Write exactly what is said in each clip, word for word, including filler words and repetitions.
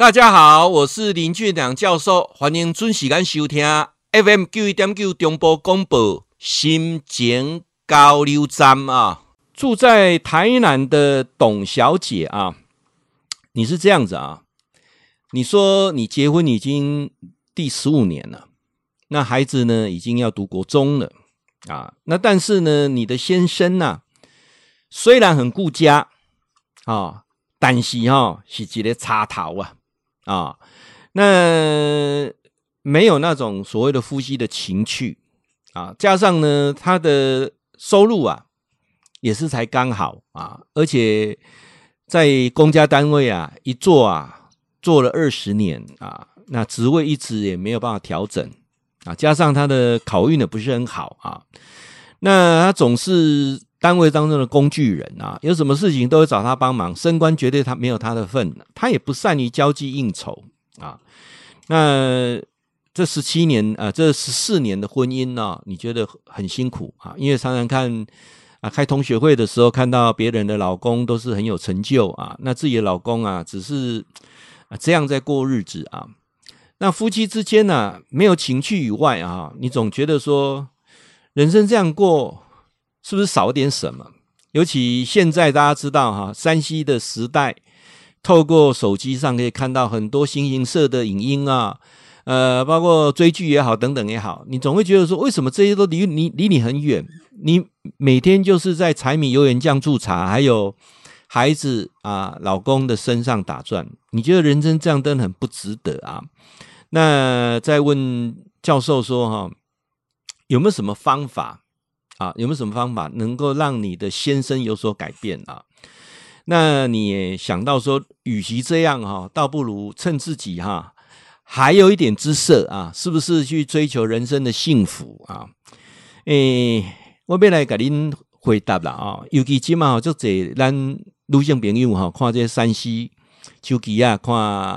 大家好，我是林俊良教授，欢迎准时间收听 F M 九一点九 中波广播心情交流站啊。住在台南的董小姐啊，你是这样子啊，你说你结婚已经第十五年了，那孩子呢已经要读国中了啊，那但是呢你的先生啊虽然很顾家啊，但是齁是一个插头啊啊，那没有那种所谓的夫妻的情趣啊，加上呢他的收入啊也是才刚好啊，而且在公家单位啊一做啊做了二十年啊，那职位一直也没有办法调整啊，加上他的考运也不是很好啊，那他总是单位当中的工具人啊，有什么事情都会找他帮忙，升官绝对他没有他的份，他也不善于交际应酬啊。那这十七年啊，这十四年的婚姻呢、啊，你觉得很辛苦啊？因为常常看啊，开同学会的时候看到别人的老公都是很有成就啊，那自己的老公啊只是啊这样在过日子啊。那夫妻之间呢、啊，没有情趣以外啊，你总觉得说人生这样过。是不是少点什么？尤其现在大家知道哈，三 C 的时代，透过手机上可以看到很多形形色的影音啊，呃，包括追剧也好，等等也好，你总会觉得说，为什么这些都离你离你很远？你每天就是在柴米油盐酱醋茶，还有孩子啊、老公的身上打转，你觉得人生这样真的很不值得啊？那再问教授说哈，有没有什么方法？啊，有没有什么方法能够让你的先生有所改变啊？那你也想到说，与其这样哈，倒不如趁自己哈还有一点姿色啊，是不是去追求人生的幸福啊？诶，我要来给您回答啦啊，尤其今嘛，就这咱女性朋友哈，看这三 C 手机啊，看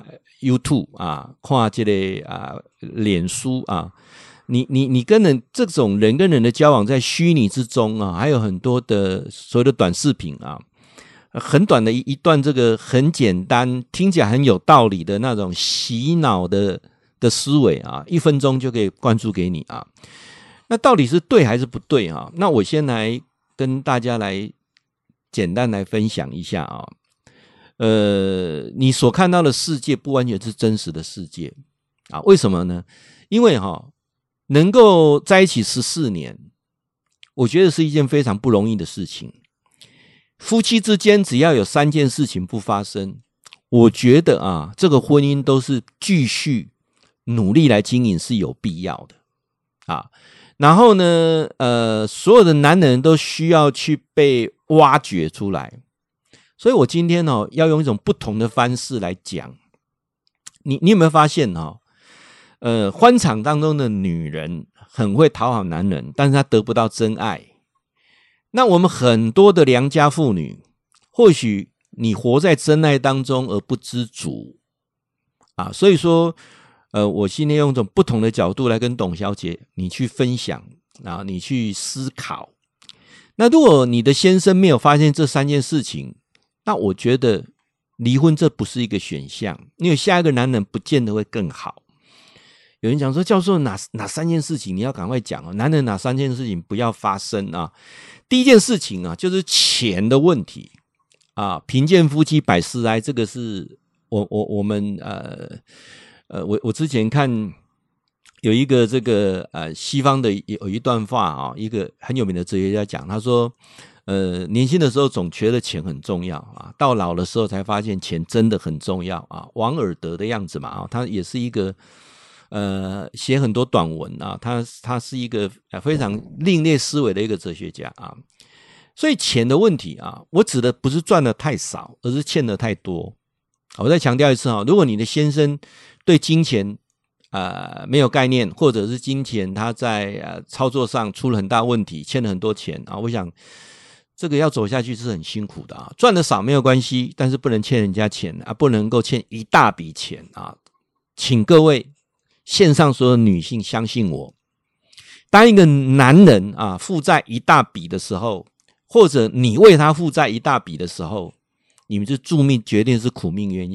YouTube 啊，看这个啊脸书啊。你你你跟人这种人跟人的交往在虚拟之中啊，还有很多的所谓的短视频啊，很短的一一段这个很简单，听起来很有道理的那种洗脑的的思维啊，一分钟就可以灌输给你啊。那到底是对还是不对啊？那我先来跟大家来简单来分享一下啊。呃，你所看到的世界不完全是真实的世界啊？为什么呢？因为哈、啊。能够在一起十四年，我觉得是一件非常不容易的事情。夫妻之间只要有三件事情不发生，我觉得啊，这个婚姻都是继续努力来经营是有必要的啊。然后呢，呃，所有的男人都需要去被挖掘出来。所以我今天哦，要用一种不同的方式来讲。你你有没有发现哦？呃，欢场当中的女人很会讨好男人，但是她得不到真爱。那我们很多的良家妇女，或许你活在真爱当中而不知足啊。所以说，呃，我今天用一种不同的角度来跟董小姐你去分享啊，你去思考。那如果你的先生没有发现这三件事情，那我觉得离婚这不是一个选项，因为下一个男人不见得会更好。有人讲说，教授哪哪三件事情你要赶快讲哦，男人哪三件事情不要发生啊？第一件事情啊，就是钱的问题啊，贫贱夫妻百事哀，这个是我我我们呃呃，我我之前看有一个这个呃西方的有一段话啊，一个很有名的哲学家讲，他说呃年轻的时候总觉得钱很重要啊，到老的时候才发现钱真的很重要啊，王尔德的样子嘛啊，他也是一个。呃，写很多短文啊，他他是一个非常另类思维的一个哲学家啊，所以钱的问题啊，我指的不是赚的太少，而是欠的太多。我再强调一次啊，如果你的先生对金钱呃没有概念，或者是金钱他在呃操作上出了很大问题，欠了很多钱啊，我想这个要走下去是很辛苦的啊，赚的少没有关系，但是不能欠人家钱啊，不能够欠一大笔钱啊，请各位。线上所有女性相信我，当一个男人啊负债一大笔的时候，或者你为他负债一大笔的时候，你们是注命决定是苦命鸳鸯。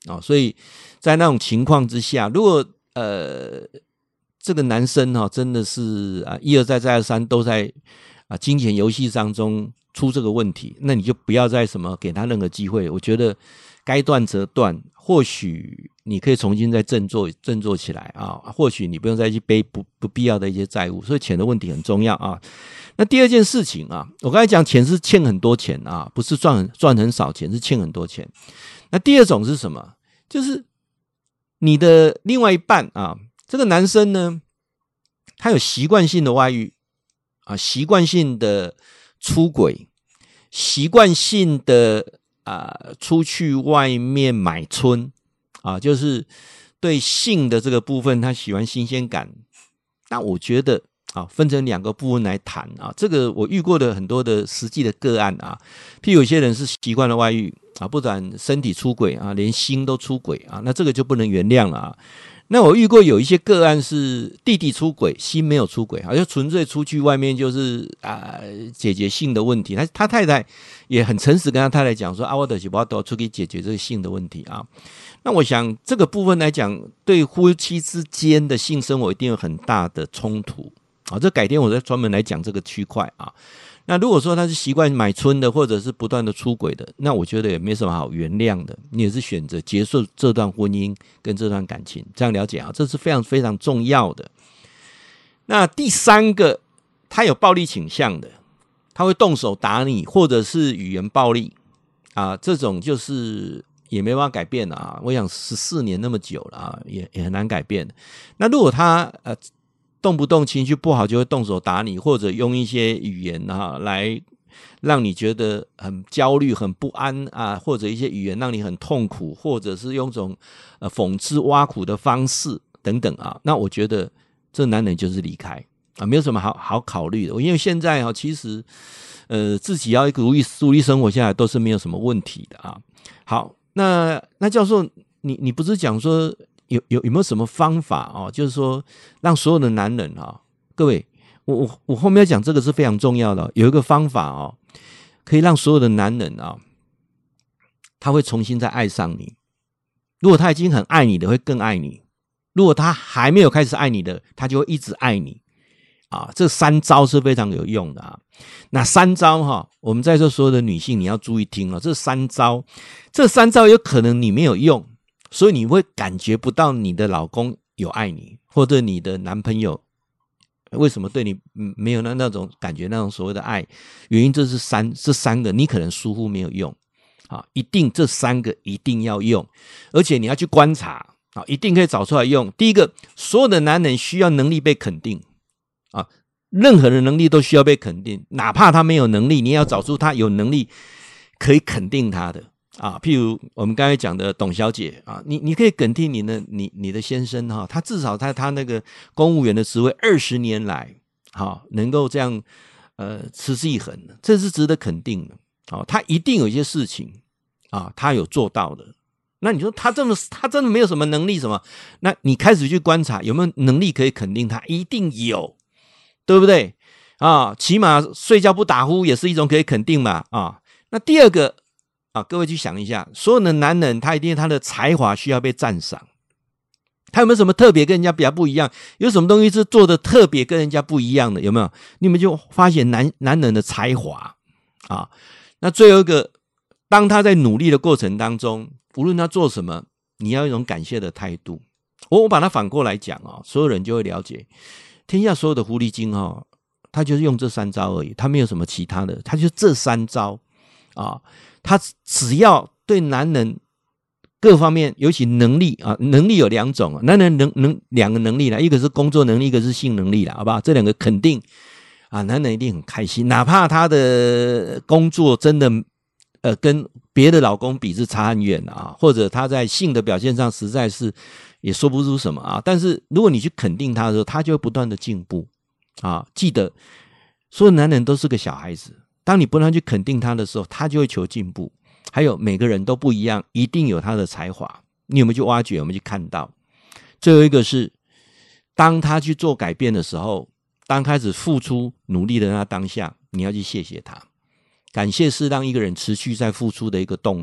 啊、哦，所以在那种情况之下，如果呃这个男生哈、哦、真的是啊一而再再而三都在啊金钱游戏当中出这个问题，那你就不要再什么给他任何机会。我觉得该断则断，或许你可以重新再振作振作起来啊，或许你不用再去背不不必要的一些债务，所以钱的问题很重要啊。那第二件事情啊，我刚才讲钱是欠很多钱啊，不是赚很赚很少钱，是欠很多钱。那第二种是什么？就是你的另外一半啊，这个男生呢，他有习惯性的外遇啊，习惯性的出轨，习惯性的啊出去外面买春啊，就是对性的这个部分，他喜欢新鲜感。那我觉得啊，分成两个部分来谈啊，这个我遇过的很多的实际的个案啊，譬如有些人是习惯了外遇啊，不但身体出轨啊，连心都出轨啊，那这个就不能原谅了啊。那我遇过有一些个案是弟弟出轨，心没有出轨，好像纯粹出去外面就是啊解决性的问题。他他太太也很诚实跟他太太讲说啊，我就是我都要出去解决这个性的问题啊。那我想这个部分来讲，对夫妻之间的性生活一定有很大的冲突。好，这改天我再专门来讲这个区块啊。那如果说他是习惯买春的，或者是不断的出轨的，那我觉得也没什么好原谅的。你也是选择结束这段婚姻跟这段感情，这样了解啊，这是非常非常重要的。那第三个，他有暴力倾向的，他会动手打你，或者是语言暴力啊，这种就是也没办法改变了啊。我想十四年那么久了啊，也也很难改变。那如果他呃。动不动情绪不好就会动手打你，或者用一些语言啊来让你觉得很焦虑、很不安啊，或者一些语言让你很痛苦，或者是用种呃讽刺、挖苦的方式等等啊，那我觉得这男人就是离开啊，没有什么好好考虑的。因为现在啊，其实呃自己要一个如意独立生活下来都是没有什么问题的啊。好，那那教授，你你不是讲说？有有有没有什么方法哦？就是说，让所有的男人啊、哦，各位，我我我后面要讲这个是非常重要的、哦。有一个方法哦，可以让所有的男人啊、哦，他会重新再爱上你。如果他已经很爱你的，会更爱你；如果他还没有开始爱你的，他就会一直爱你。啊，这三招是非常有用的啊。那三招哈、哦，我们在座所有的女性你要注意听了、哦。这三招，这三招有可能你没有用。所以你会感觉不到你的老公有爱你，或者你的男朋友为什么对你没有那那种感觉，那种所谓的爱，原因这是三这三个你可能疏忽没有用啊，一定这三个一定要用，而且你要去观察啊，一定可以找出来用。第一个，所有的男人需要能力被肯定啊，任何的能力都需要被肯定，哪怕他没有能力，你也要找出他有能力可以肯定他的。啊，譬如我们刚才讲的董小姐啊，你你可以肯定你的你你的先生哈、啊，他至少在他那个公务员的职位二十年来，好、啊、能够这样呃持之以恒，这是值得肯定的。好、啊，他一定有一些事情啊，他有做到的。那你说他这么他真的没有什么能力什么？那你开始去观察有没有能力可以肯定他，一定有，对不对？啊，起码睡觉不打呼也是一种可以肯定嘛啊。那第二个。啊，各位去想一下，所有的男人他一定他的才华需要被赞赏，他有没有什么特别跟人家比较不一样？有什么东西是做的特别跟人家不一样的？有没有？你们就发现男男人的才华啊。那最后一个，当他在努力的过程当中，无论他做什么，你要有一种感谢的态度。我我把它反过来讲啊，所有人就会了解，天下所有的狐狸精啊，他就是用这三招而已，他没有什么其他的，他就这三招啊。他只要对男人各方面，尤其能力啊，能力有两种，男人能能两个能力啦，一个是工作能力，一个是性能力啦，好不好？这两个肯定啊，男人一定很开心，哪怕他的工作真的呃跟别的老公比是差很远啊，或者他在性的表现上实在是也说不出什么啊，但是如果你去肯定他的时候，他就会不断的进步啊。记得，所有男人都是个小孩子。当你不断去肯定他的时候，他就会求进步。还有每个人都不一样，一定有他的才华，你有没有去挖掘，有没有去看到？最后一个是，当他去做改变的时候，当开始付出努力的那当下，你要去谢谢他。感谢是让一个人持续在付出的一个动力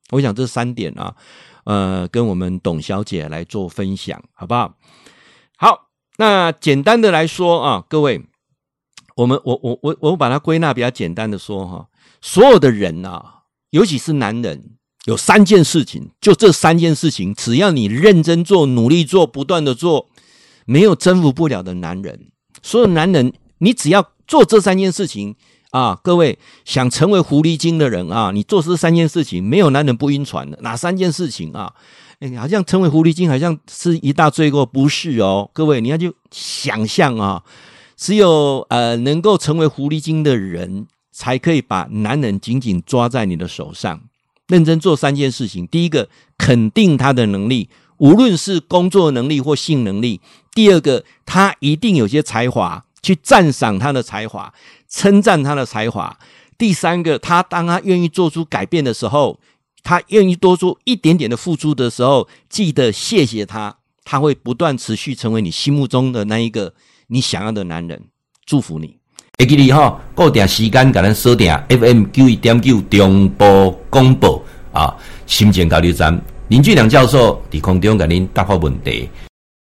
我想这三点啊，呃，跟我们董小姐来做分享，好不好？好，那简单的来说啊，各位，我们我我我我把它归纳比较简单的说哈，所有的人啊，尤其是男人，有三件事情，就这三件事情，只要你认真做、努力做、不断的做，没有征服不了的男人。所有男人，你只要做这三件事情啊，各位想成为狐狸精的人啊，你做这三件事情，没有男人不晕船的。哪三件事情啊？欸、好像成为狐狸精好像是一大罪过，不是哦，各位你要去想象啊，只有呃能够成为狐狸精的人，才可以把男人紧紧抓在你的手上。认真做三件事情，第一个，肯定他的能力，无论是工作能力或性能力；第二个，他一定有些才华，去赞赏他的才华，称赞他的才华；第三个，他当他愿意做出改变的时候，他愿意多做一点点的付出的时候，记得谢谢他，他会不断持续成为你心目中的那一个你想要的男人。祝福你。 会记你吼，固定时间甲咱锁定 F M 九一点九中波广播啊，心情交流站林俊良教授伫空中甲您答复问题。